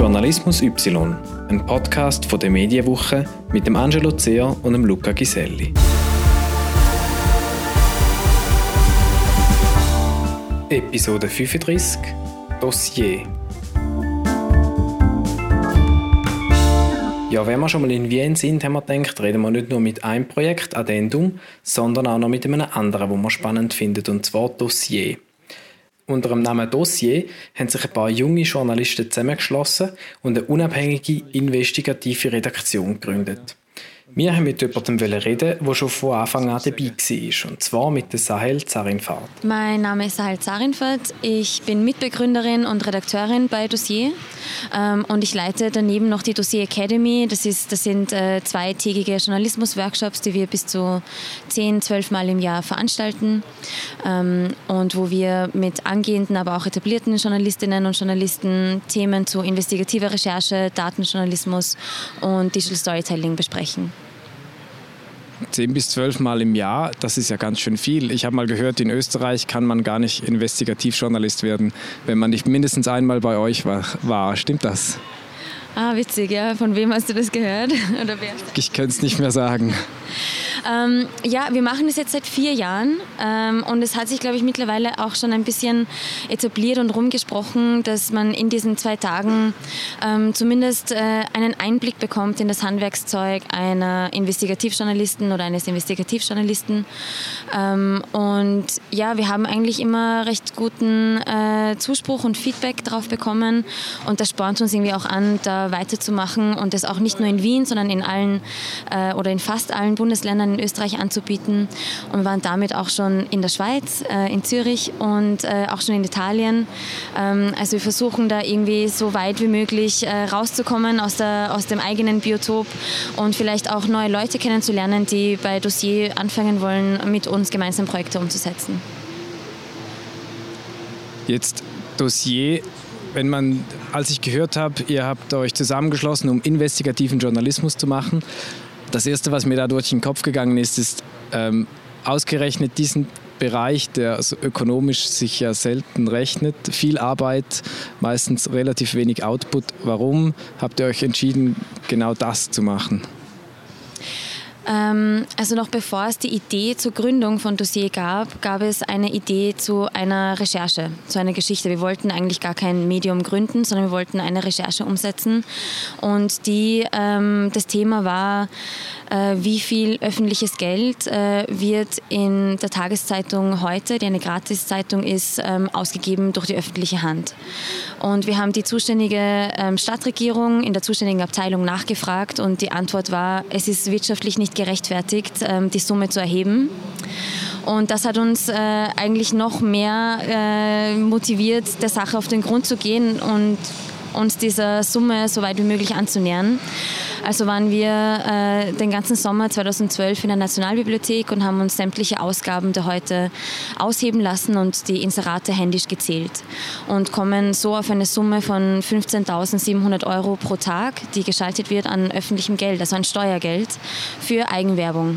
Journalismus Y, ein Podcast von der Medienwoche mit dem Angelo Zeher und dem Luca Giselli. Episode 35 Dossier. Ja, wenn wir schon mal in Wien sind, haben wir gedacht, reden wir nicht nur mit einem Projekt Addendum, sondern auch noch mit einem anderen, das wir spannend finden, und zwar Dossier. Unter dem Namen Dossier haben sich ein paar junge Journalisten zusammengeschlossen und eine unabhängige, investigative Redaktion gegründet. Wir haben mit jemandem reden, der schon von Anfang an dabei war, und zwar mit der Sahel Zarinfard. Mein Name ist Sahel Zarinfard. Ich bin Mitbegründerin und Redakteurin bei Dossier und ich leite daneben noch die Dossier Academy. Das sind zweitägige Journalismus-Workshops, die wir bis zu 10-12 Mal im Jahr veranstalten und wo wir mit angehenden, aber auch etablierten Journalistinnen und Journalisten Themen zu investigativer Recherche, Datenjournalismus und Digital Storytelling besprechen. 10 bis 12 Mal im Jahr, das ist ja ganz schön viel. Ich habe mal gehört, in Österreich kann man gar nicht Investigativjournalist werden, wenn man nicht mindestens einmal bei euch war. Stimmt das? Ah, witzig, ja. Von wem hast du das gehört? Oder wer? Ich könnte es nicht mehr sagen. Ja, wir machen das jetzt seit 4 Jahren und es hat sich, glaube ich, mittlerweile auch schon ein bisschen etabliert und rumgesprochen, dass man in diesen 2 Tagen zumindest einen Einblick bekommt in das Handwerkszeug einer Investigativjournalistin oder eines Investigativjournalisten. Und ja, wir haben eigentlich immer recht guten Zuspruch und Feedback drauf bekommen und das spornt uns irgendwie auch an, da weiterzumachen und das auch nicht nur in Wien, sondern in allen oder in fast allen Bundesländern in Österreich anzubieten und wir waren damit auch schon in der Schweiz, in Zürich und auch schon in Italien. Also wir versuchen da irgendwie so weit wie möglich rauszukommen aus dem eigenen Biotop und vielleicht auch neue Leute kennenzulernen, die bei Dossier anfangen wollen, mit uns gemeinsam Projekte umzusetzen. Jetzt Dossier. Als ich gehört habe, ihr habt euch zusammengeschlossen, um investigativen Journalismus zu machen. Das Erste, was mir da durch den Kopf gegangen ist ausgerechnet diesen Bereich, der ökonomisch sich ja selten rechnet. Viel Arbeit, meistens relativ wenig Output. Warum habt ihr euch entschieden, genau das zu machen? Also noch bevor es die Idee zur Gründung von Dossier gab es eine Idee zu einer Recherche, zu einer Geschichte. Wir wollten eigentlich gar kein Medium gründen, sondern wir wollten eine Recherche umsetzen. Und das Thema war, wie viel öffentliches Geld wird in der Tageszeitung Heute, die eine Gratiszeitung ist, ausgegeben durch die öffentliche Hand. Und wir haben die zuständige Stadtregierung in der zuständigen Abteilung nachgefragt und die Antwort war, es ist wirtschaftlich nicht gerechtfertigt, die Summe zu erheben. Und das hat uns eigentlich noch mehr motiviert, der Sache auf den Grund zu gehen und uns dieser Summe so weit wie möglich anzunähern. Also waren wir den ganzen Sommer 2012 in der Nationalbibliothek und haben uns sämtliche Ausgaben der Heute ausheben lassen und die Inserate händisch gezählt und kommen so auf eine Summe von 15.700 € pro Tag, die geschaltet wird an öffentlichem Geld, also an Steuergeld für Eigenwerbung.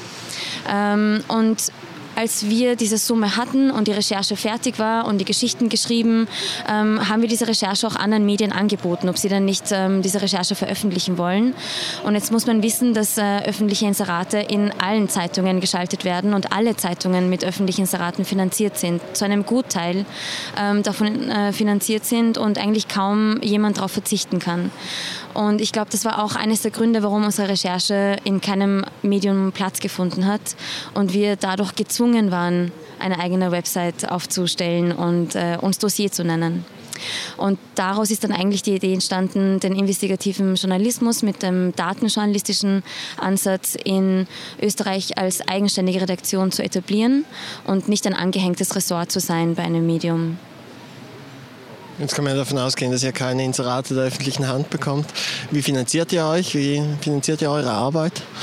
Und als wir diese Summe hatten und die Recherche fertig war und die Geschichten geschrieben, haben wir diese Recherche auch anderen Medien angeboten, ob sie dann nicht diese Recherche veröffentlichen wollen. Und jetzt muss man wissen, dass öffentliche Inserate in allen Zeitungen geschaltet werden und alle Zeitungen mit öffentlichen Inseraten finanziert sind, zu einem Gutteil davon finanziert sind und eigentlich kaum jemand darauf verzichten kann. Und ich glaube, das war auch eines der Gründe, warum unsere Recherche in keinem Medium Platz gefunden hat und wir dadurch gezwungen waren, eine eigene Website aufzustellen und uns Dossier zu nennen. Und daraus ist dann eigentlich die Idee entstanden, den investigativen Journalismus mit dem datenjournalistischen Ansatz in Österreich als eigenständige Redaktion zu etablieren und nicht ein angehängtes Ressort zu sein bei einem Medium. Jetzt kann man davon ausgehen, dass ihr keine Inserate der öffentlichen Hand bekommt. Wie finanziert ihr euch? Wie finanziert ihr eure Arbeit?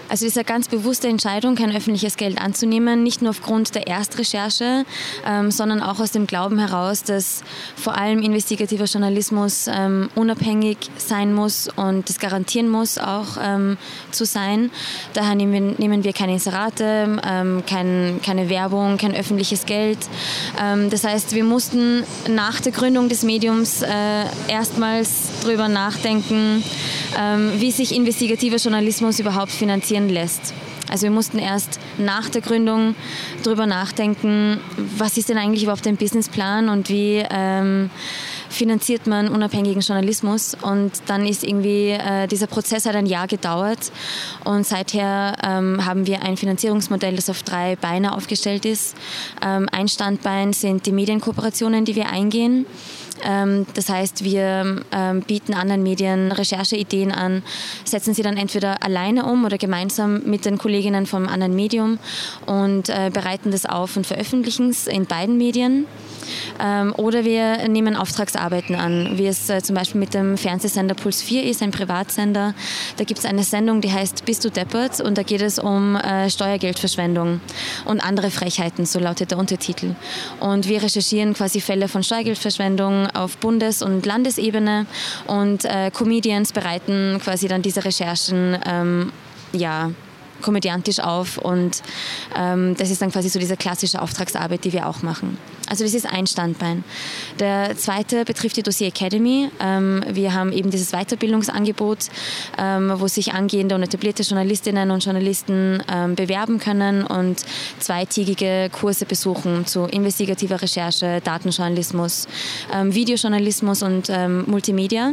Also es ist eine ganz bewusste Entscheidung, kein öffentliches Geld anzunehmen, nicht nur aufgrund der Erstrecherche, sondern auch aus dem Glauben heraus, dass vor allem investigativer Journalismus unabhängig sein muss und das garantieren muss, auch zu sein. Daher nehmen wir keine Inserate, keine Werbung, kein öffentliches Geld. Das heißt, wir mussten nach der Gründung des Mediums erstmals darüber nachdenken, wie sich investigativer Journalismus überhaupt finanzieren lässt. Also wir mussten erst nach der Gründung darüber nachdenken, was ist denn eigentlich überhaupt ein Businessplan und wie finanziert man unabhängigen Journalismus. Und dann ist irgendwie, dieser Prozess hat ein Jahr gedauert und seither haben wir ein Finanzierungsmodell, das auf 3 Beine aufgestellt ist. Ein Standbein sind die Medienkooperationen, die wir eingehen. Das heißt, wir bieten anderen Medien Rechercheideen an, setzen sie dann entweder alleine um oder gemeinsam mit den Kolleginnen vom anderen Medium und bereiten das auf und veröffentlichen es in beiden Medien. Oder wir nehmen Auftragsarbeiten an, wie es zum Beispiel mit dem Fernsehsender Puls 4 ist, ein Privatsender. Da gibt es eine Sendung, die heißt Bist du deppert? Und da geht es um Steuergeldverschwendung und andere Frechheiten, so lautet der Untertitel. Und wir recherchieren quasi Fälle von Steuergeldverschwendung auf Bundes- und Landesebene und Comedians bereiten quasi dann diese Recherchen komödiantisch auf und das ist dann quasi so diese klassische Auftragsarbeit, die wir auch machen. Also das ist ein Standbein. Der zweite betrifft die Dossier Academy. Wir haben eben dieses Weiterbildungsangebot, wo sich angehende und etablierte Journalistinnen und Journalisten bewerben können und 2-tägige Kurse besuchen zu investigativer Recherche, Datenjournalismus, Videojournalismus und Multimedia.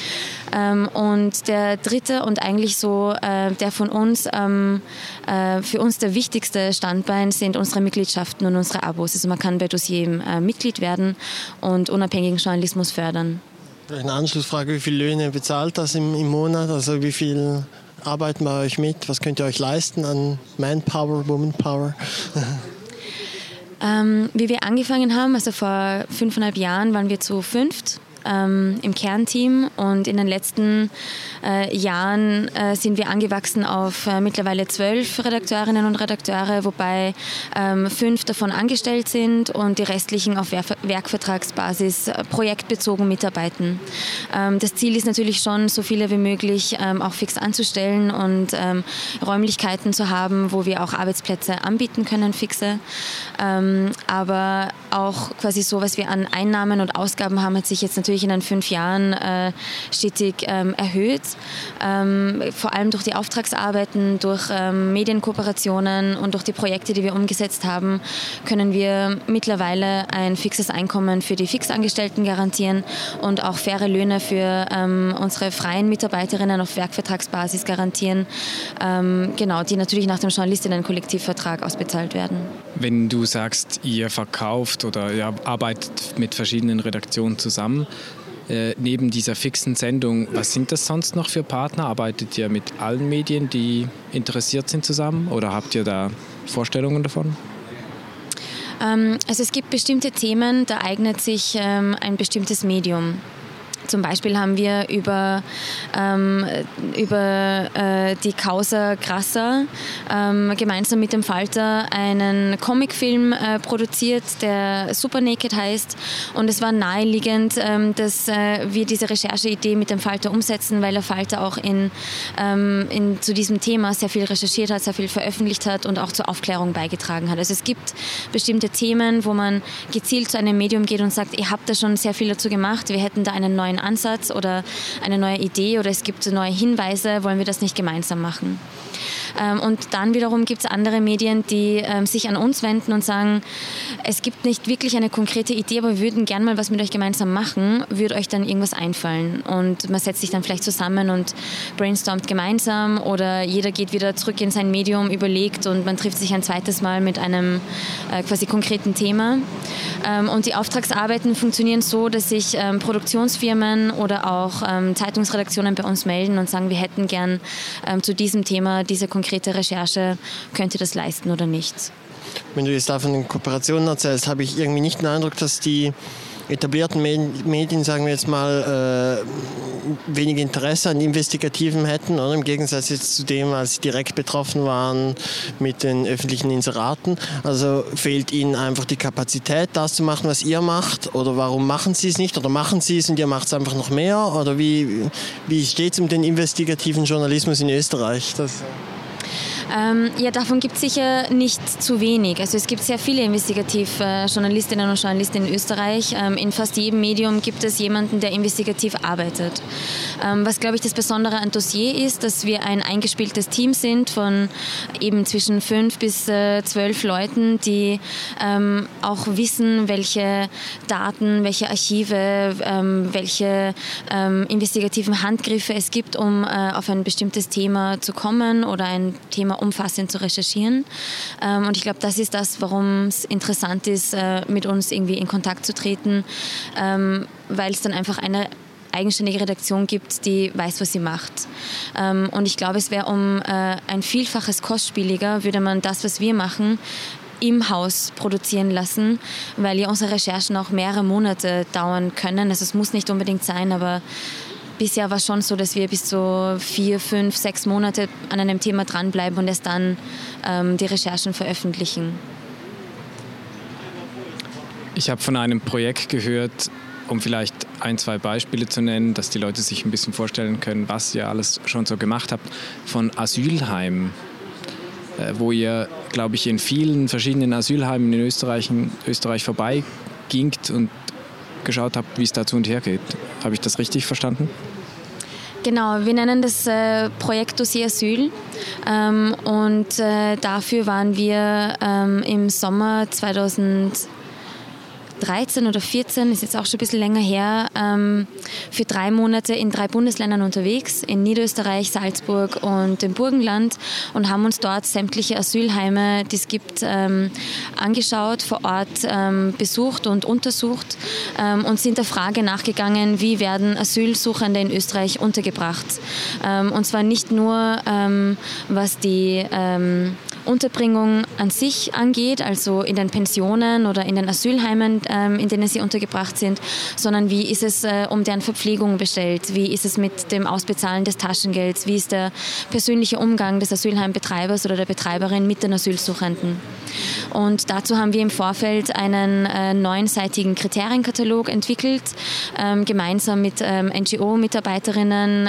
Und der dritte und eigentlich so der von uns, für uns der wichtigste Standbein sind unsere Mitgliedschaften und unsere Abos. Also man kann bei Dossier Mitglied werden und unabhängigen Journalismus fördern. Eine Anschlussfrage, wie viele Löhne bezahlt das im Monat? Also wie viel arbeiten bei euch mit? Was könnt ihr euch leisten an Manpower, Womanpower? Wie wir angefangen haben, also vor 5,5 Jahren waren wir zu 5 im Kernteam und in den letzten Jahren sind wir angewachsen auf mittlerweile 12 Redakteurinnen und Redakteure, wobei 5 davon angestellt sind und die restlichen auf Werkvertragsbasis projektbezogen mitarbeiten. Das Ziel ist natürlich schon, so viele wie möglich auch fix anzustellen und Räumlichkeiten zu haben, wo wir auch Arbeitsplätze anbieten können, fixe. Aber auch quasi so, was wir an Einnahmen und Ausgaben haben, hat sich jetzt natürlich in den 5 Jahren stetig erhöht. Vor allem durch die Auftragsarbeiten, durch Medienkooperationen und durch die Projekte, die wir umgesetzt haben, können wir mittlerweile ein fixes Einkommen für die Fixangestellten garantieren und auch faire Löhne für unsere freien Mitarbeiterinnen auf Werkvertragsbasis garantieren, die natürlich nach dem Journalistinnen-Kollektivvertrag ausbezahlt werden. Wenn du sagst, ihr verkauft oder ihr arbeitet mit verschiedenen Redaktionen zusammen, neben dieser fixen Sendung, was sind das sonst noch für Partner? Arbeitet ihr mit allen Medien, die interessiert sind, zusammen oder habt ihr da Vorstellungen davon? Also es gibt bestimmte Themen, da eignet sich ein bestimmtes Medium. Zum Beispiel haben wir über die Causa Grassa gemeinsam mit dem Falter einen Comicfilm produziert, der Super Naked heißt. Und es war naheliegend, dass wir diese Rechercheidee mit dem Falter umsetzen, weil der Falter auch zu diesem Thema sehr viel recherchiert hat, sehr viel veröffentlicht hat und auch zur Aufklärung beigetragen hat. Also es gibt bestimmte Themen, wo man gezielt zu einem Medium geht und sagt, ihr habt da schon sehr viel dazu gemacht, wir hätten da einen neuen Ansatz oder eine neue Idee oder es gibt neue Hinweise, wollen wir das nicht gemeinsam machen? Und dann wiederum gibt es andere Medien, die sich an uns wenden und sagen, es gibt nicht wirklich eine konkrete Idee, aber wir würden gerne mal was mit euch gemeinsam machen, würde euch dann irgendwas einfallen? Und man setzt sich dann vielleicht zusammen und brainstormt gemeinsam oder jeder geht wieder zurück in sein Medium, überlegt und man trifft sich ein zweites Mal mit einem quasi konkreten Thema. Und die Auftragsarbeiten funktionieren so, dass sich Produktionsfirmen oder auch Zeitungsredaktionen bei uns melden und sagen, wir hätten gern zu diesem Thema diese konkrete Recherche, könnt ihr das leisten oder nicht? Wenn du jetzt da von den Kooperationen erzählst, habe ich irgendwie nicht den Eindruck, dass die etablierten Medien, sagen wir jetzt mal, wenig Interesse an Investigativen hätten, oder? Im Gegensatz jetzt zu dem, als sie direkt betroffen waren mit den öffentlichen Inseraten. Also fehlt ihnen einfach die Kapazität, das zu machen, was ihr macht? Oder warum machen sie es nicht? Oder machen sie es und ihr macht es einfach noch mehr? Oder wie steht es um den investigativen Journalismus in Österreich? Ja, davon gibt es sicher nicht zu wenig. Also es gibt sehr viele Investigativ-Journalistinnen und Journalisten in Österreich. In fast jedem Medium gibt es jemanden, der investigativ arbeitet. Was, glaube ich, das Besondere an Dossier ist, dass wir ein eingespieltes Team sind von eben zwischen 5 bis 12 Leuten, die auch wissen, welche Daten, welche Archive, welche investigativen Handgriffe es gibt, um auf ein bestimmtes Thema zu kommen oder ein Thema umfassend zu recherchieren. Und ich glaube, das ist das, warum es interessant ist, mit uns irgendwie in Kontakt zu treten, weil es dann einfach eine eigenständige Redaktion gibt, die weiß, was sie macht. Und ich glaube, es wäre um ein Vielfaches kostspieliger, würde man das, was wir machen, im Haus produzieren lassen, weil ja unsere Recherchen auch mehrere Monate dauern können. Also es muss nicht unbedingt sein, aber bisher war es schon so, dass wir bis zu 4, 5, 6 Monate an einem Thema dranbleiben und erst dann die Recherchen veröffentlichen. Ich habe von einem Projekt gehört, um vielleicht 1, 2 Beispiele zu nennen, dass die Leute sich ein bisschen vorstellen können, was ihr alles schon so gemacht habt, von Asylheimen, wo ihr, glaube ich, in vielen verschiedenen Asylheimen in Österreich vorbeigingt und geschaut habt, wie es da zu und her geht. Habe ich das richtig verstanden? Genau, wir nennen das Projekt Dossier Asyl und dafür waren wir im Sommer 2013 oder 2014, ist jetzt auch schon ein bisschen länger her, für 3 Monate in 3 Bundesländern unterwegs, in Niederösterreich, Salzburg und dem Burgenland und haben uns dort sämtliche Asylheime, die es gibt, angeschaut, vor Ort besucht und untersucht und sind der Frage nachgegangen, wie werden Asylsuchende in Österreich untergebracht. Und zwar nicht nur, was die Unterbringung an sich angeht, also in den Pensionen oder in den Asylheimen, in denen sie untergebracht sind, sondern wie ist es um deren Verpflegung bestellt, wie ist es mit dem Ausbezahlen des Taschengelds, wie ist der persönliche Umgang des Asylheimbetreibers oder der Betreiberin mit den Asylsuchenden. Und dazu haben wir im Vorfeld einen 9-seitigen Kriterienkatalog entwickelt, gemeinsam mit NGO-Mitarbeiterinnen,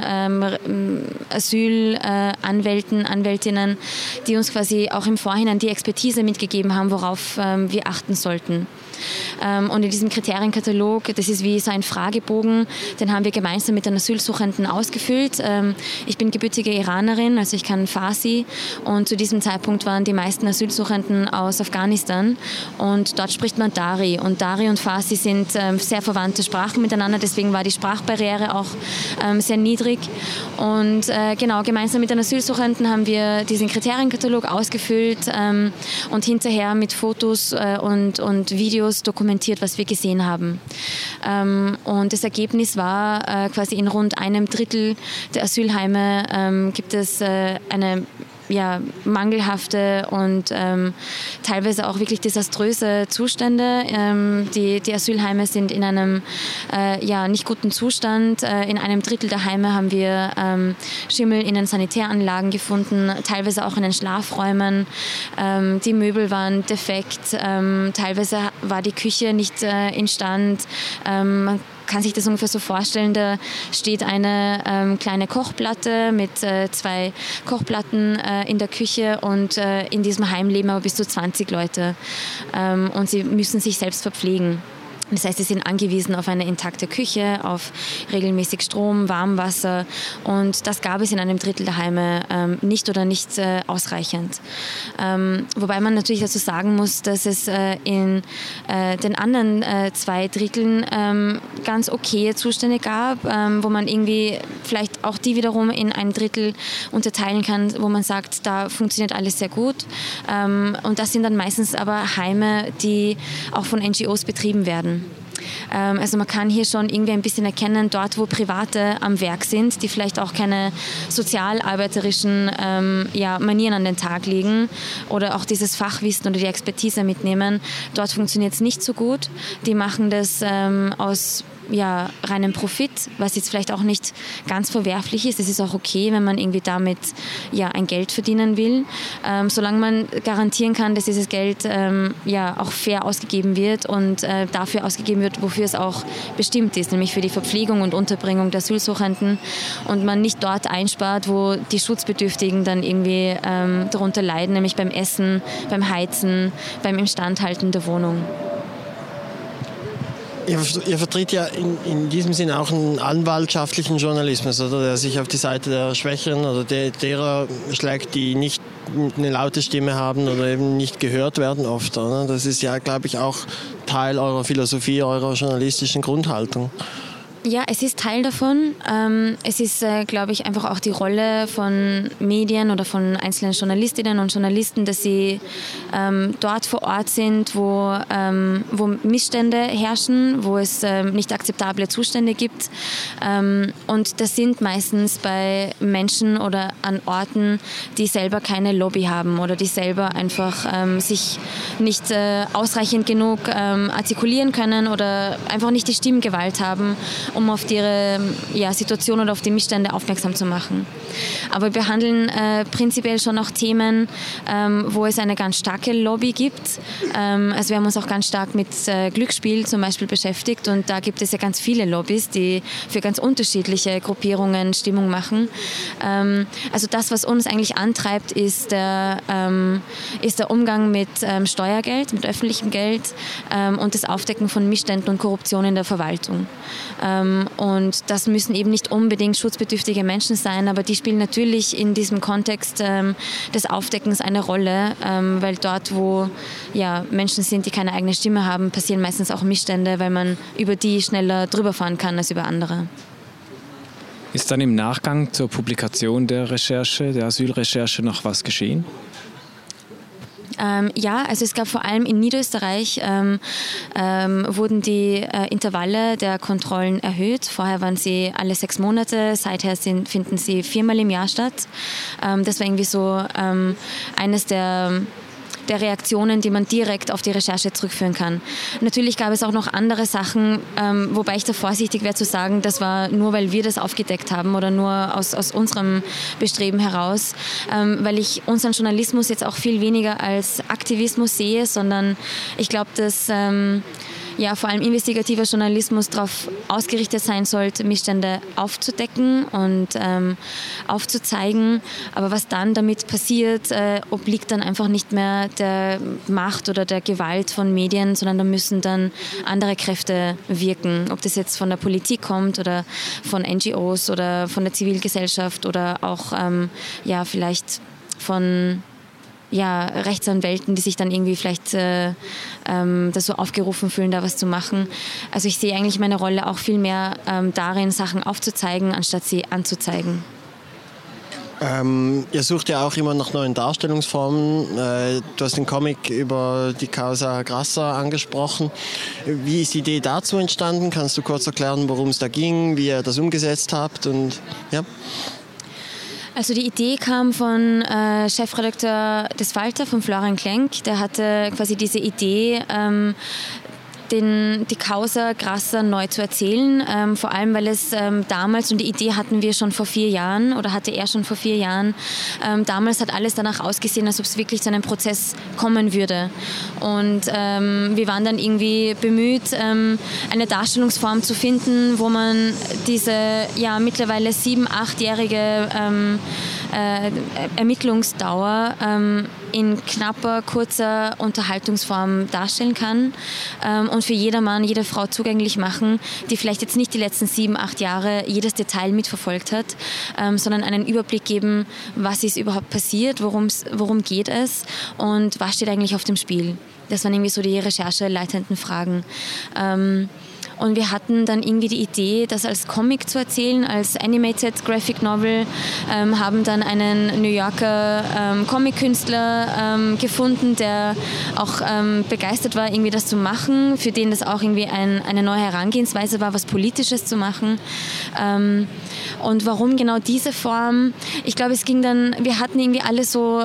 Asylanwälten, Anwältinnen, die uns quasi auch im Vorhinein die Expertise mitgegeben haben, worauf wir achten sollten. Und in diesem Kriterienkatalog, das ist wie so ein Fragebogen, den haben wir gemeinsam mit den Asylsuchenden ausgefüllt. Ich bin gebürtige Iranerin, also ich kann Farsi und zu diesem Zeitpunkt waren die meisten Asylsuchenden aus Afghanistan und dort spricht man Dari und Dari und Farsi sind sehr verwandte Sprachen miteinander, deswegen war die Sprachbarriere auch sehr niedrig und genau, gemeinsam mit den Asylsuchenden haben wir diesen Kriterienkatalog ausgefüllt und hinterher mit Fotos und Videos dokumentiert, was wir gesehen haben. Und das Ergebnis war, quasi in rund 1/3 der Asylheime gibt es eine mangelhafte und teilweise auch wirklich desaströse Zustände. Die Asylheime sind in einem nicht guten Zustand. In 1/3 der Heime haben wir Schimmel in den Sanitäranlagen gefunden, teilweise auch in den Schlafräumen. Die Möbel waren defekt, teilweise war die Küche nicht instand. Kann sich das ungefähr so vorstellen, da steht eine kleine Kochplatte mit 2 Kochplatten in der Küche und in diesem Heim leben aber bis zu 20 Leute und sie müssen sich selbst verpflegen. Das heißt, sie sind angewiesen auf eine intakte Küche, auf regelmäßig Strom, Warmwasser und das gab es in 1/3 der Heime nicht oder nicht ausreichend. Wobei man natürlich dazu sagen muss, dass es in den anderen 2/3 ganz okaye Zustände gab, wo man irgendwie vielleicht auch die wiederum in 1/3 unterteilen kann, wo man sagt, da funktioniert alles sehr gut. Und das sind dann meistens aber Heime, die auch von NGOs betrieben werden. Also man kann hier schon irgendwie ein bisschen erkennen, dort wo Private am Werk sind, die vielleicht auch keine sozialarbeiterischen Manieren an den Tag legen oder auch dieses Fachwissen oder die Expertise mitnehmen. Dort funktioniert es nicht so gut. Die machen das aus reinen Profit, was jetzt vielleicht auch nicht ganz verwerflich ist. Es ist auch okay, wenn man irgendwie damit ein Geld verdienen will. Solange man garantieren kann, dass dieses Geld auch fair ausgegeben wird und dafür ausgegeben wird, wofür es auch bestimmt ist, nämlich für die Verpflegung und Unterbringung der Asylsuchenden und man nicht dort einspart, wo die Schutzbedürftigen dann irgendwie darunter leiden, nämlich beim Essen, beim Heizen, beim Instandhalten der Wohnung. Ihr vertritt ja in diesem Sinne auch einen anwaltschaftlichen Journalismus, oder, der sich auf die Seite der Schwächeren oder derer schlägt, die nicht eine laute Stimme haben oder eben nicht gehört werden oft. Oder? Das ist ja, glaube ich, auch Teil eurer Philosophie, eurer journalistischen Grundhaltung. Ja, es ist Teil davon. Es ist, glaube ich, einfach auch die Rolle von Medien oder von einzelnen Journalistinnen und Journalisten, dass sie dort vor Ort sind, wo Missstände herrschen, wo es nicht akzeptable Zustände gibt. Und das sind meistens bei Menschen oder an Orten, die selber keine Lobby haben oder die selber einfach sich nicht ausreichend genug artikulieren können oder einfach nicht die Stimmgewalt haben, um auf ihre Situation oder auf die Missstände aufmerksam zu machen. Aber wir behandeln prinzipiell schon auch Themen, wo es eine ganz starke Lobby gibt. Also wir haben uns auch ganz stark mit Glücksspiel zum Beispiel beschäftigt und da gibt es ja ganz viele Lobbys, die für ganz unterschiedliche Gruppierungen Stimmung machen. Also das, was uns eigentlich antreibt, ist der Umgang mit Steuergeld, mit öffentlichem Geld und das Aufdecken von Missständen und Korruption in der Verwaltung. Und das müssen eben nicht unbedingt schutzbedürftige Menschen sein, aber die spielen natürlich in diesem Kontext des Aufdeckens eine Rolle, weil dort, wo Menschen sind, die keine eigene Stimme haben, passieren meistens auch Missstände, weil man über die schneller drüber fahren kann als über andere. Ist dann im Nachgang zur Publikation der Recherche, der Asylrecherche, noch was geschehen? Also es gab vor allem in Niederösterreich wurden die Intervalle der Kontrollen erhöht. Vorher waren sie alle 6 Monate, seither finden sie 4-mal im Jahr statt. Das war irgendwie so eines der Reaktionen, die man direkt auf die Recherche zurückführen kann. Natürlich gab es auch noch andere Sachen, wobei ich da vorsichtig wäre zu sagen, das war nur, weil wir das aufgedeckt haben oder nur aus unserem Bestreben heraus, weil ich unseren Journalismus jetzt auch viel weniger als Aktivismus sehe, sondern ich glaube, dass vor allem investigativer Journalismus darauf ausgerichtet sein sollte, Missstände aufzudecken und aufzuzeigen. Aber was dann damit passiert, obliegt dann einfach nicht mehr der Macht oder der Gewalt von Medien, sondern da müssen dann andere Kräfte wirken. Ob das jetzt von der Politik kommt oder von NGOs oder von der Zivilgesellschaft oder auch vielleicht von Rechtsanwälten, die sich dann irgendwie vielleicht dazu aufgerufen fühlen, da was zu machen. Also ich sehe eigentlich meine Rolle auch viel mehr darin, Sachen aufzuzeigen, anstatt sie anzuzeigen. Ihr sucht ja auch immer nach neuen Darstellungsformen. Du hast den Comic über die Causa Grassa angesprochen. Wie ist die Idee dazu entstanden? Kannst du kurz erklären, worum es da ging, wie ihr das umgesetzt habt? Also die Idee kam von Chefredakteur des Falter, von Florian Klenk. Der hatte quasi diese Idee, die Causa Grassa neu zu erzählen, vor allem weil es damals, und die Idee hatten wir schon vor 4 Jahren oder hatte er schon vor 4 Jahren, damals hat alles danach ausgesehen, als ob es wirklich zu einem Prozess kommen würde. Und wir waren dann irgendwie bemüht, eine Darstellungsform zu finden, wo man diese mittlerweile 7-8-jährige Ermittlungsdauer in knapper, kurzer Unterhaltungsform darstellen kann und für jedermann, jede Frau zugänglich machen, die vielleicht jetzt nicht die letzten 7-8 Jahre jedes Detail mitverfolgt hat, sondern einen Überblick geben, was ist überhaupt passiert, worum geht es und was steht eigentlich auf dem Spiel. Das waren irgendwie so die rechercheleitenden Fragen. Und wir hatten dann irgendwie die Idee, das als Comic zu erzählen, als Animated Graphic Novel, haben dann einen New Yorker Comic-Künstler gefunden, der auch begeistert war, irgendwie das zu machen, für den das auch irgendwie eine neue Herangehensweise war, was Politisches zu machen. Und warum genau diese Form? Ich glaube, wir hatten irgendwie alle so,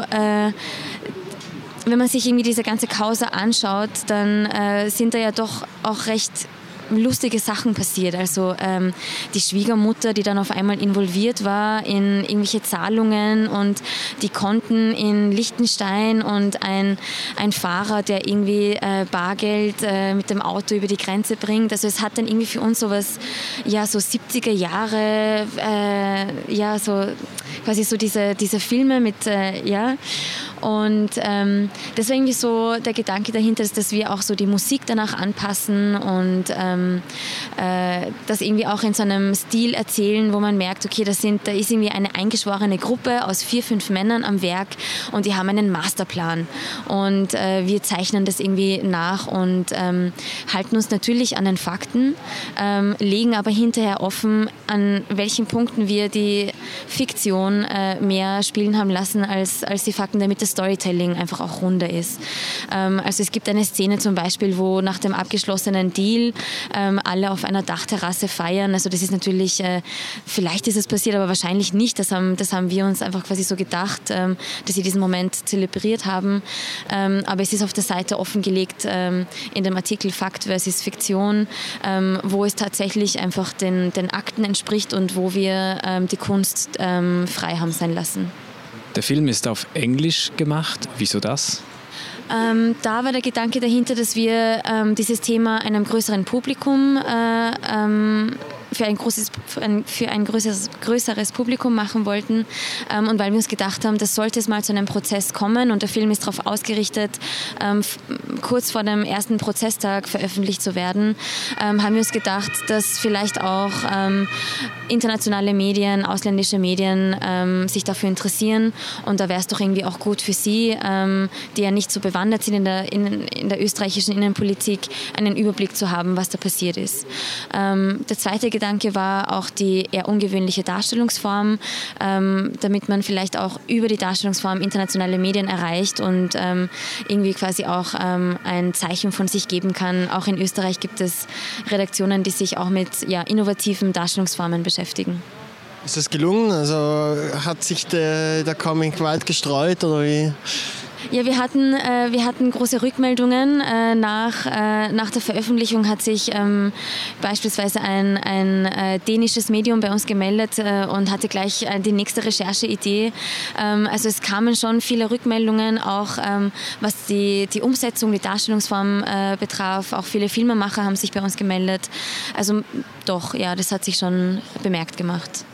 wenn man sich irgendwie diese ganze Causa anschaut, dann sind da ja doch auch recht lustige Sachen passiert. Also die Schwiegermutter, die dann auf einmal involviert war in irgendwelche Zahlungen und die Konten in Liechtenstein und ein Fahrer, der irgendwie Bargeld mit dem Auto über die Grenze bringt. Also es hat dann irgendwie für uns sowas, ja, so 70er Jahre, ja, so quasi so diese Filme mit, ja. Und das war irgendwie so der Gedanke dahinter, dass wir auch so die Musik danach anpassen und das irgendwie auch in so einem Stil erzählen, wo man merkt, okay, da ist irgendwie eine eingeschworene Gruppe aus 4-5 Männern am Werk und die haben einen Masterplan. Und wir zeichnen das irgendwie nach und halten uns natürlich an den Fakten, legen aber hinterher offen, an welchen Punkten wir die Fiktion mehr spielen haben lassen als die Fakten, damit das Storytelling einfach auch runder ist. Also es gibt eine Szene zum Beispiel, wo nach dem abgeschlossenen Deal alle auf einer Dachterrasse feiern. Also das ist natürlich, vielleicht ist es passiert, aber wahrscheinlich nicht. Das haben wir uns einfach quasi so gedacht, dass sie diesen Moment zelebriert haben. Aber es ist auf der Seite offengelegt in dem Artikel Fakt versus Fiktion, wo es tatsächlich einfach den Akten entspricht und wo wir die Kunst frei haben sein lassen. Der Film ist auf Englisch gemacht. Wieso das? Da war der Gedanke dahinter, dass wir dieses Thema einem größeren Publikum für ein größeres Publikum machen wollten und weil wir uns gedacht haben, das sollte es mal zu einem Prozess kommen und der Film ist darauf ausgerichtet, kurz vor dem ersten Prozesstag veröffentlicht zu werden, haben wir uns gedacht, dass vielleicht auch internationale Medien, ausländische Medien sich dafür interessieren und da wäre es doch irgendwie auch gut für sie, die ja nicht so bewandert sind in der österreichischen Innenpolitik, einen Überblick zu haben, was da passiert ist. Der zweite Gedanke war auch die eher ungewöhnliche Darstellungsform, damit man vielleicht auch über die Darstellungsform internationale Medien erreicht und irgendwie quasi auch ein Zeichen von sich geben kann. Auch in Österreich gibt es Redaktionen, die sich auch mit innovativen Darstellungsformen beschäftigen. Ist das gelungen? Also hat sich der Comic weit gestreut oder wie? Ja, wir hatten große Rückmeldungen. Nach der Veröffentlichung hat sich beispielsweise ein dänisches Medium bei uns gemeldet und hatte gleich die nächste Rechercheidee. Also es kamen schon viele Rückmeldungen, auch was die Umsetzung, die Darstellungsform betraf. Auch viele Filmemacher haben sich bei uns gemeldet. Also doch, ja, das hat sich schon bemerkt gemacht.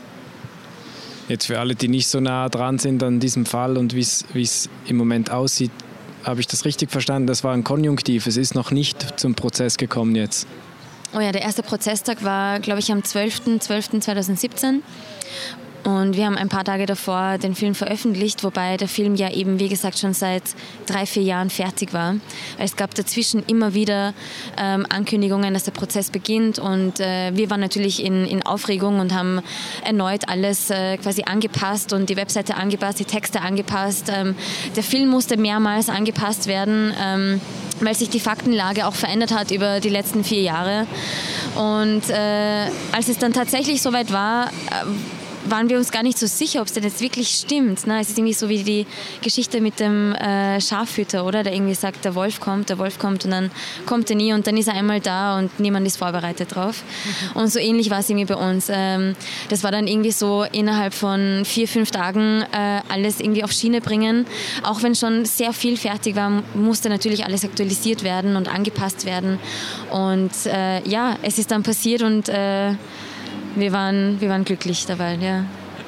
Jetzt für alle, die nicht so nah dran sind an diesem Fall und wie es im Moment aussieht, habe ich das richtig verstanden? Das war ein Konjunktiv, es ist noch nicht zum Prozess gekommen jetzt. Oh ja, der erste Prozesstag war, glaube ich, am 12.12.2017. Und wir haben ein paar Tage davor den Film veröffentlicht, wobei der Film ja eben, wie gesagt, schon seit 3-4 Jahren fertig war. Es gab dazwischen immer wieder Ankündigungen, dass der Prozess beginnt und wir waren natürlich in Aufregung und haben erneut alles quasi angepasst und die Webseite angepasst, die Texte angepasst. Der Film musste mehrmals angepasst werden, weil sich die Faktenlage auch verändert hat über die letzten 4 Jahre. Und als es dann tatsächlich soweit war, waren wir uns gar nicht so sicher, ob es denn jetzt wirklich stimmt. Ne? Es ist irgendwie so wie die Geschichte mit dem Schafhüter, oder? Der irgendwie sagt, der Wolf kommt und dann kommt er nie und dann ist er einmal da und niemand ist vorbereitet drauf. Und so ähnlich war es irgendwie bei uns. Das war dann irgendwie so innerhalb von 4-5 Tagen alles irgendwie auf Schiene bringen. Auch wenn schon sehr viel fertig war, musste natürlich alles aktualisiert werden und angepasst werden. Und ja, es ist dann passiert und wir waren glücklich dabei, ja.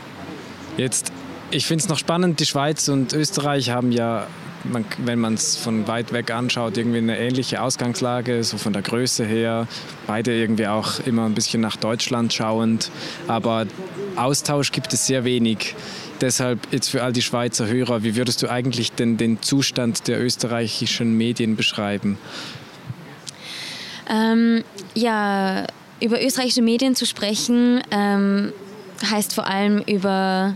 Jetzt, ich finde es noch spannend, die Schweiz und Österreich haben ja, wenn man es von weit weg anschaut, irgendwie eine ähnliche Ausgangslage, so von der Größe her. Beide irgendwie auch immer ein bisschen nach Deutschland schauend, aber Austausch gibt es sehr wenig. Deshalb jetzt für all die Schweizer Hörer, wie würdest du eigentlich denn den Zustand der österreichischen Medien beschreiben? Ja, über österreichische Medien zu sprechen, heißt vor allem über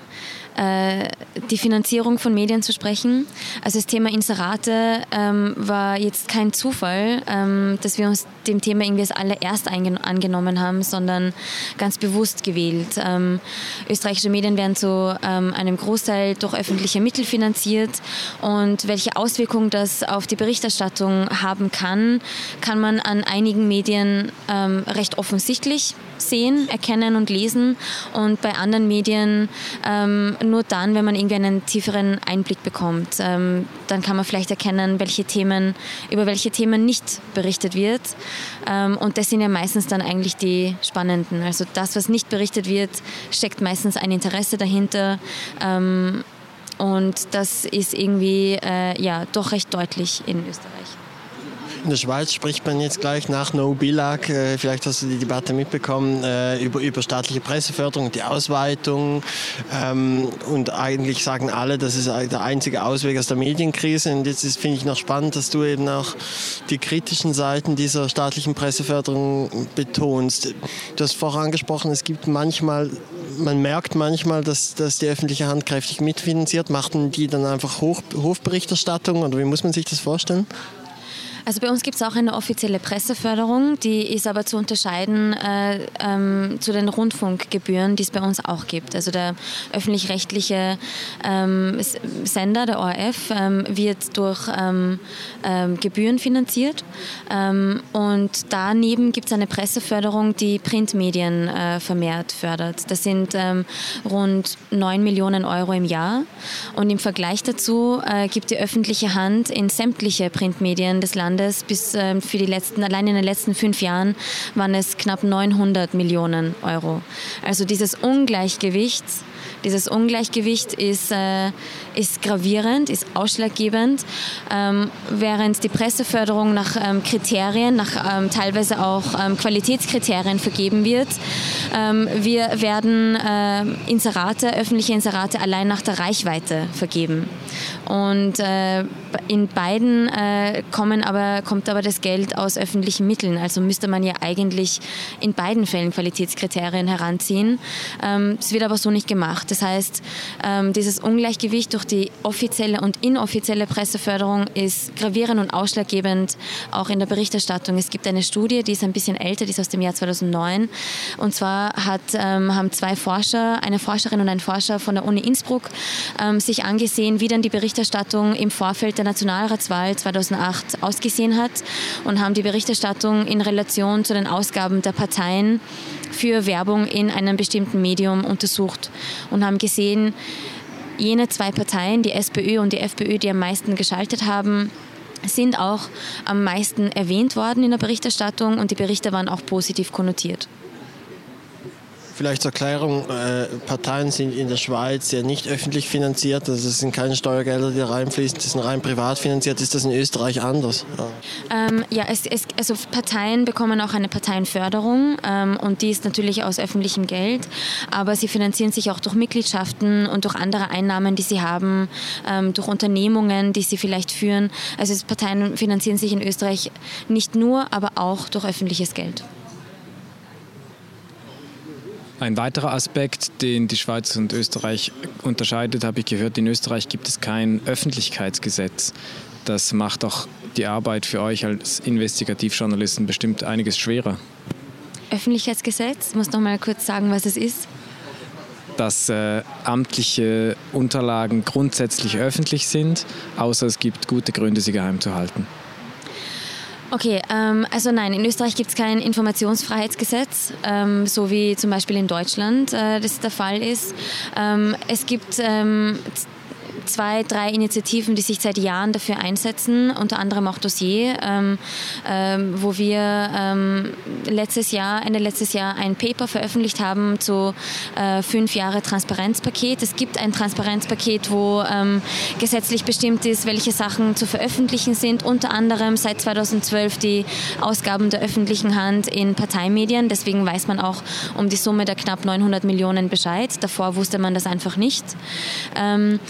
die Finanzierung von Medien zu sprechen. Also das Thema Inserate war jetzt kein Zufall, dass wir uns dem Thema irgendwie als allererst angenommen haben, sondern ganz bewusst gewählt. Österreichische Medien werden zu einem Großteil durch öffentliche Mittel finanziert und welche Auswirkungen das auf die Berichterstattung haben kann man an einigen Medien recht offensichtlich sehen, erkennen und lesen und bei anderen Medien nur dann, wenn man irgendwie einen tieferen Einblick bekommt. Dann kann man vielleicht erkennen, über welche Themen nicht berichtet wird. Und das sind ja meistens dann eigentlich die spannenden. Also das, was nicht berichtet wird, steckt meistens ein Interesse dahinter. Und das ist irgendwie doch recht deutlich in Österreich. In der Schweiz spricht man jetzt gleich nach No Billag, vielleicht hast du die Debatte mitbekommen, über staatliche Presseförderung und die Ausweitung. Und eigentlich sagen alle, das ist der einzige Ausweg aus der Medienkrise. Und jetzt finde ich noch spannend, dass du eben auch die kritischen Seiten dieser staatlichen Presseförderung betonst. Du hast vorher angesprochen, man merkt manchmal, dass die öffentliche Hand kräftig mitfinanziert. Machten die dann einfach Hofberichterstattung oder wie muss man sich das vorstellen? Also bei uns gibt es auch eine offizielle Presseförderung, die ist aber zu unterscheiden zu den Rundfunkgebühren, die es bei uns auch gibt. Also der öffentlich-rechtliche Sender, der ORF, wird durch Gebühren finanziert und daneben gibt es eine Presseförderung, die Printmedien vermehrt fördert. Das sind rund 9 Millionen Euro im Jahr und im Vergleich dazu gibt die öffentliche Hand in sämtliche Printmedien des Landes bis allein in den letzten 5 Jahren waren es knapp 900 Millionen Euro. Also dieses Ungleichgewicht ist gravierend, ist ausschlaggebend, während die Presseförderung nach Kriterien, nach teilweise auch Qualitätskriterien vergeben wird. Wir werden öffentliche Inserate allein nach der Reichweite vergeben. Und in beiden kommt aber das Geld aus öffentlichen Mitteln. Also müsste man ja eigentlich in beiden Fällen Qualitätskriterien heranziehen. Es wird aber so nicht gemacht. Das heißt, dieses Ungleichgewicht durch die offizielle und inoffizielle Presseförderung ist gravierend und ausschlaggebend auch in der Berichterstattung. Es gibt eine Studie, die ist ein bisschen älter, die ist aus dem Jahr 2009. Und zwar haben 2 Forscher, eine Forscherin und ein Forscher von der Uni Innsbruck, sich angesehen, wie dann die Berichterstattung im Vorfeld der Nationalratswahl 2008 ausgesehen hat und haben die Berichterstattung in Relation zu den Ausgaben der Parteien für Werbung in einem bestimmten Medium untersucht und haben gesehen, jene 2 Parteien, die SPÖ und die FPÖ, die am meisten geschaltet haben, sind auch am meisten erwähnt worden in der Berichterstattung und die Berichte waren auch positiv konnotiert. Vielleicht zur Erklärung, Parteien sind in der Schweiz ja nicht öffentlich finanziert, also es sind keine Steuergelder, die reinfließen, das sind rein privat finanziert. Ist das in Österreich anders? Also Parteien bekommen auch eine Parteienförderung und die ist natürlich aus öffentlichem Geld, aber sie finanzieren sich auch durch Mitgliedschaften und durch andere Einnahmen, die sie haben, durch Unternehmungen, die sie vielleicht führen. Also Parteien finanzieren sich in Österreich nicht nur, aber auch durch öffentliches Geld. Ein weiterer Aspekt, den die Schweiz und Österreich unterscheidet, habe ich gehört, in Österreich gibt es kein Öffentlichkeitsgesetz. Das macht auch die Arbeit für euch als Investigativjournalisten bestimmt einiges schwerer. Öffentlichkeitsgesetz, ich muss noch mal kurz sagen, was es ist. Dass amtliche Unterlagen grundsätzlich öffentlich sind, außer es gibt gute Gründe, sie geheim zu halten. Okay, also nein, in Österreich gibt es kein Informationsfreiheitsgesetz, so wie zum Beispiel in Deutschland das der Fall ist. Es gibt 2, 3 Initiativen, die sich seit Jahren dafür einsetzen, unter anderem auch Dossier, wo wir Ende letztes Jahr ein Paper veröffentlicht haben zu 5 Jahre Transparenzpaket. Es gibt ein Transparenzpaket, wo gesetzlich bestimmt ist, welche Sachen zu veröffentlichen sind, unter anderem seit 2012 die Ausgaben der öffentlichen Hand in Parteimedien. Deswegen weiß man auch um die Summe der knapp 900 Millionen Bescheid. Davor wusste man das einfach nicht. Was es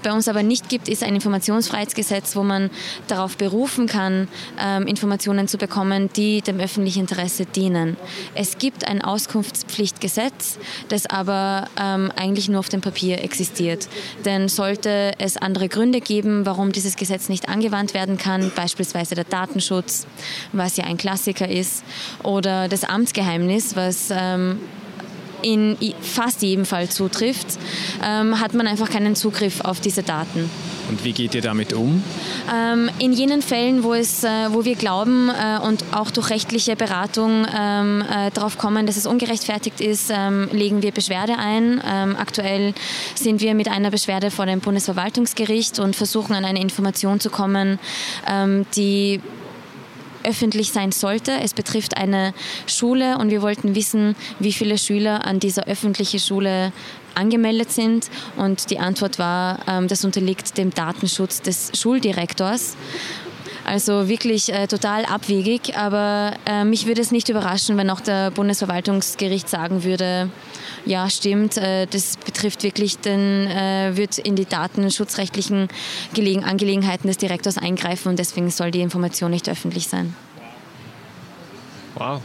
bei uns aber nicht gibt, ist ein Informationsfreiheitsgesetz, wo man darauf berufen kann, Informationen zu bekommen, die dem öffentlichen Interesse dienen. Es gibt ein Auskunftspflichtgesetz, das aber eigentlich nur auf dem Papier existiert. Denn sollte es andere Gründe geben, warum dieses Gesetz nicht angewandt werden kann, beispielsweise der Datenschutz, was ja ein Klassiker ist, oder das Amtsgeheimnis, was in fast jedem Fall zutrifft, hat man einfach keinen Zugriff auf diese Daten. Und wie geht ihr damit um? In jenen Fällen, wo wir glauben und auch durch rechtliche Beratung darauf kommen, dass es ungerechtfertigt ist, legen wir Beschwerde ein. Aktuell sind wir mit einer Beschwerde vor dem Bundesverwaltungsgericht und versuchen an eine Information zu kommen, die öffentlich sein sollte. Es betrifft eine Schule und wir wollten wissen, wie viele Schüler an dieser öffentlichen Schule angemeldet sind. Und die Antwort war, das unterliegt dem Datenschutz des Schuldirektors. Also wirklich total abwegig, aber mich würde es nicht überraschen, wenn auch der Bundesverwaltungsgericht sagen würde, ja, stimmt, das betrifft wirklich wird in die datenschutzrechtlichen Angelegenheiten des Direktors eingreifen und deswegen soll die Information nicht öffentlich sein. Wow.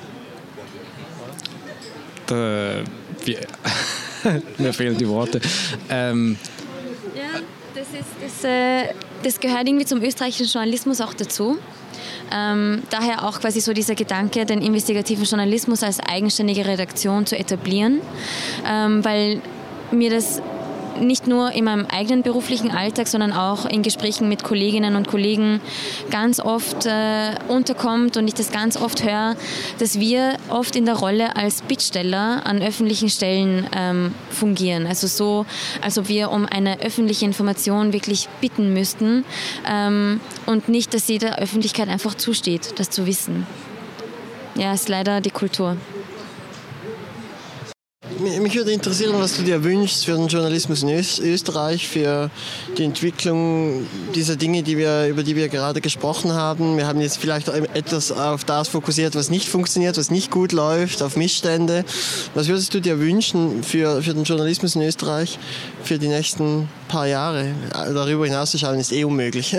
Mir fehlen die Worte. Das gehört irgendwie zum österreichischen Journalismus auch dazu. Daher auch quasi so dieser Gedanke, den investigativen Journalismus als eigenständige Redaktion zu etablieren, weil mir das nicht nur in meinem eigenen beruflichen Alltag, sondern auch in Gesprächen mit Kolleginnen und Kollegen ganz oft unterkommt und ich das ganz oft höre, dass wir oft in der Rolle als Bittsteller an öffentlichen Stellen fungieren. Also so, als ob wir um eine öffentliche Information wirklich bitten müssten und nicht, dass sie der Öffentlichkeit einfach zusteht, das zu wissen. Ja, ist leider die Kultur. Mich würde interessieren, was du dir wünschst für den Journalismus in Österreich, für die Entwicklung dieser Dinge, über die wir gerade gesprochen haben. Wir haben jetzt vielleicht etwas auf das fokussiert, was nicht funktioniert, was nicht gut läuft, auf Missstände. Was würdest du dir wünschen für den Journalismus in Österreich für die nächsten paar Jahre? Darüber hinaus zu schauen, ist unmöglich.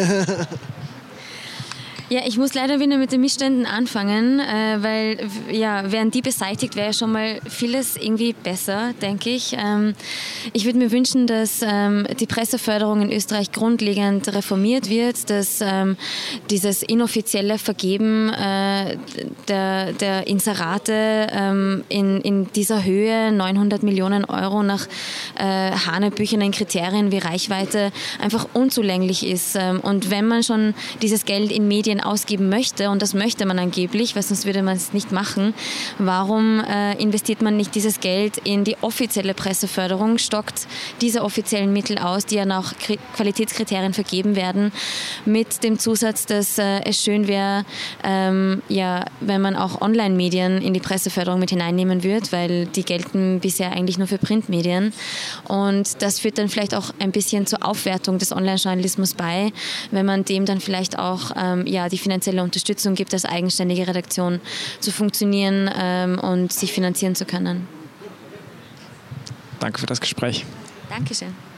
Ja, ich muss leider wieder mit den Missständen anfangen, weil ja, wären die beseitigt, wäre schon mal vieles irgendwie besser, denke ich. Ich würde mir wünschen, dass die Presseförderung in Österreich grundlegend reformiert wird, dass dieses inoffizielle Vergeben der Inserate in dieser Höhe, 900 Millionen Euro nach hanebüchernen Kriterien wie Reichweite, einfach unzulänglich ist. Und wenn man schon dieses Geld in Medien ausgeben möchte, und das möchte man angeblich, weil sonst würde man es nicht machen, warum investiert man nicht dieses Geld in die offizielle Presseförderung, stockt diese offiziellen Mittel aus, die ja nach Qualitätskriterien vergeben werden, mit dem Zusatz, dass es schön wäre, ja, wenn man auch Online-Medien in die Presseförderung mit hineinnehmen würde, weil die gelten bisher eigentlich nur für Printmedien. Und das führt dann vielleicht auch ein bisschen zur Aufwertung des Online-Journalismus bei, wenn man dem dann vielleicht auch die finanzielle Unterstützung gibt, als eigenständige Redaktion zu funktionieren und sich finanzieren zu können. Danke für das Gespräch. Dankeschön.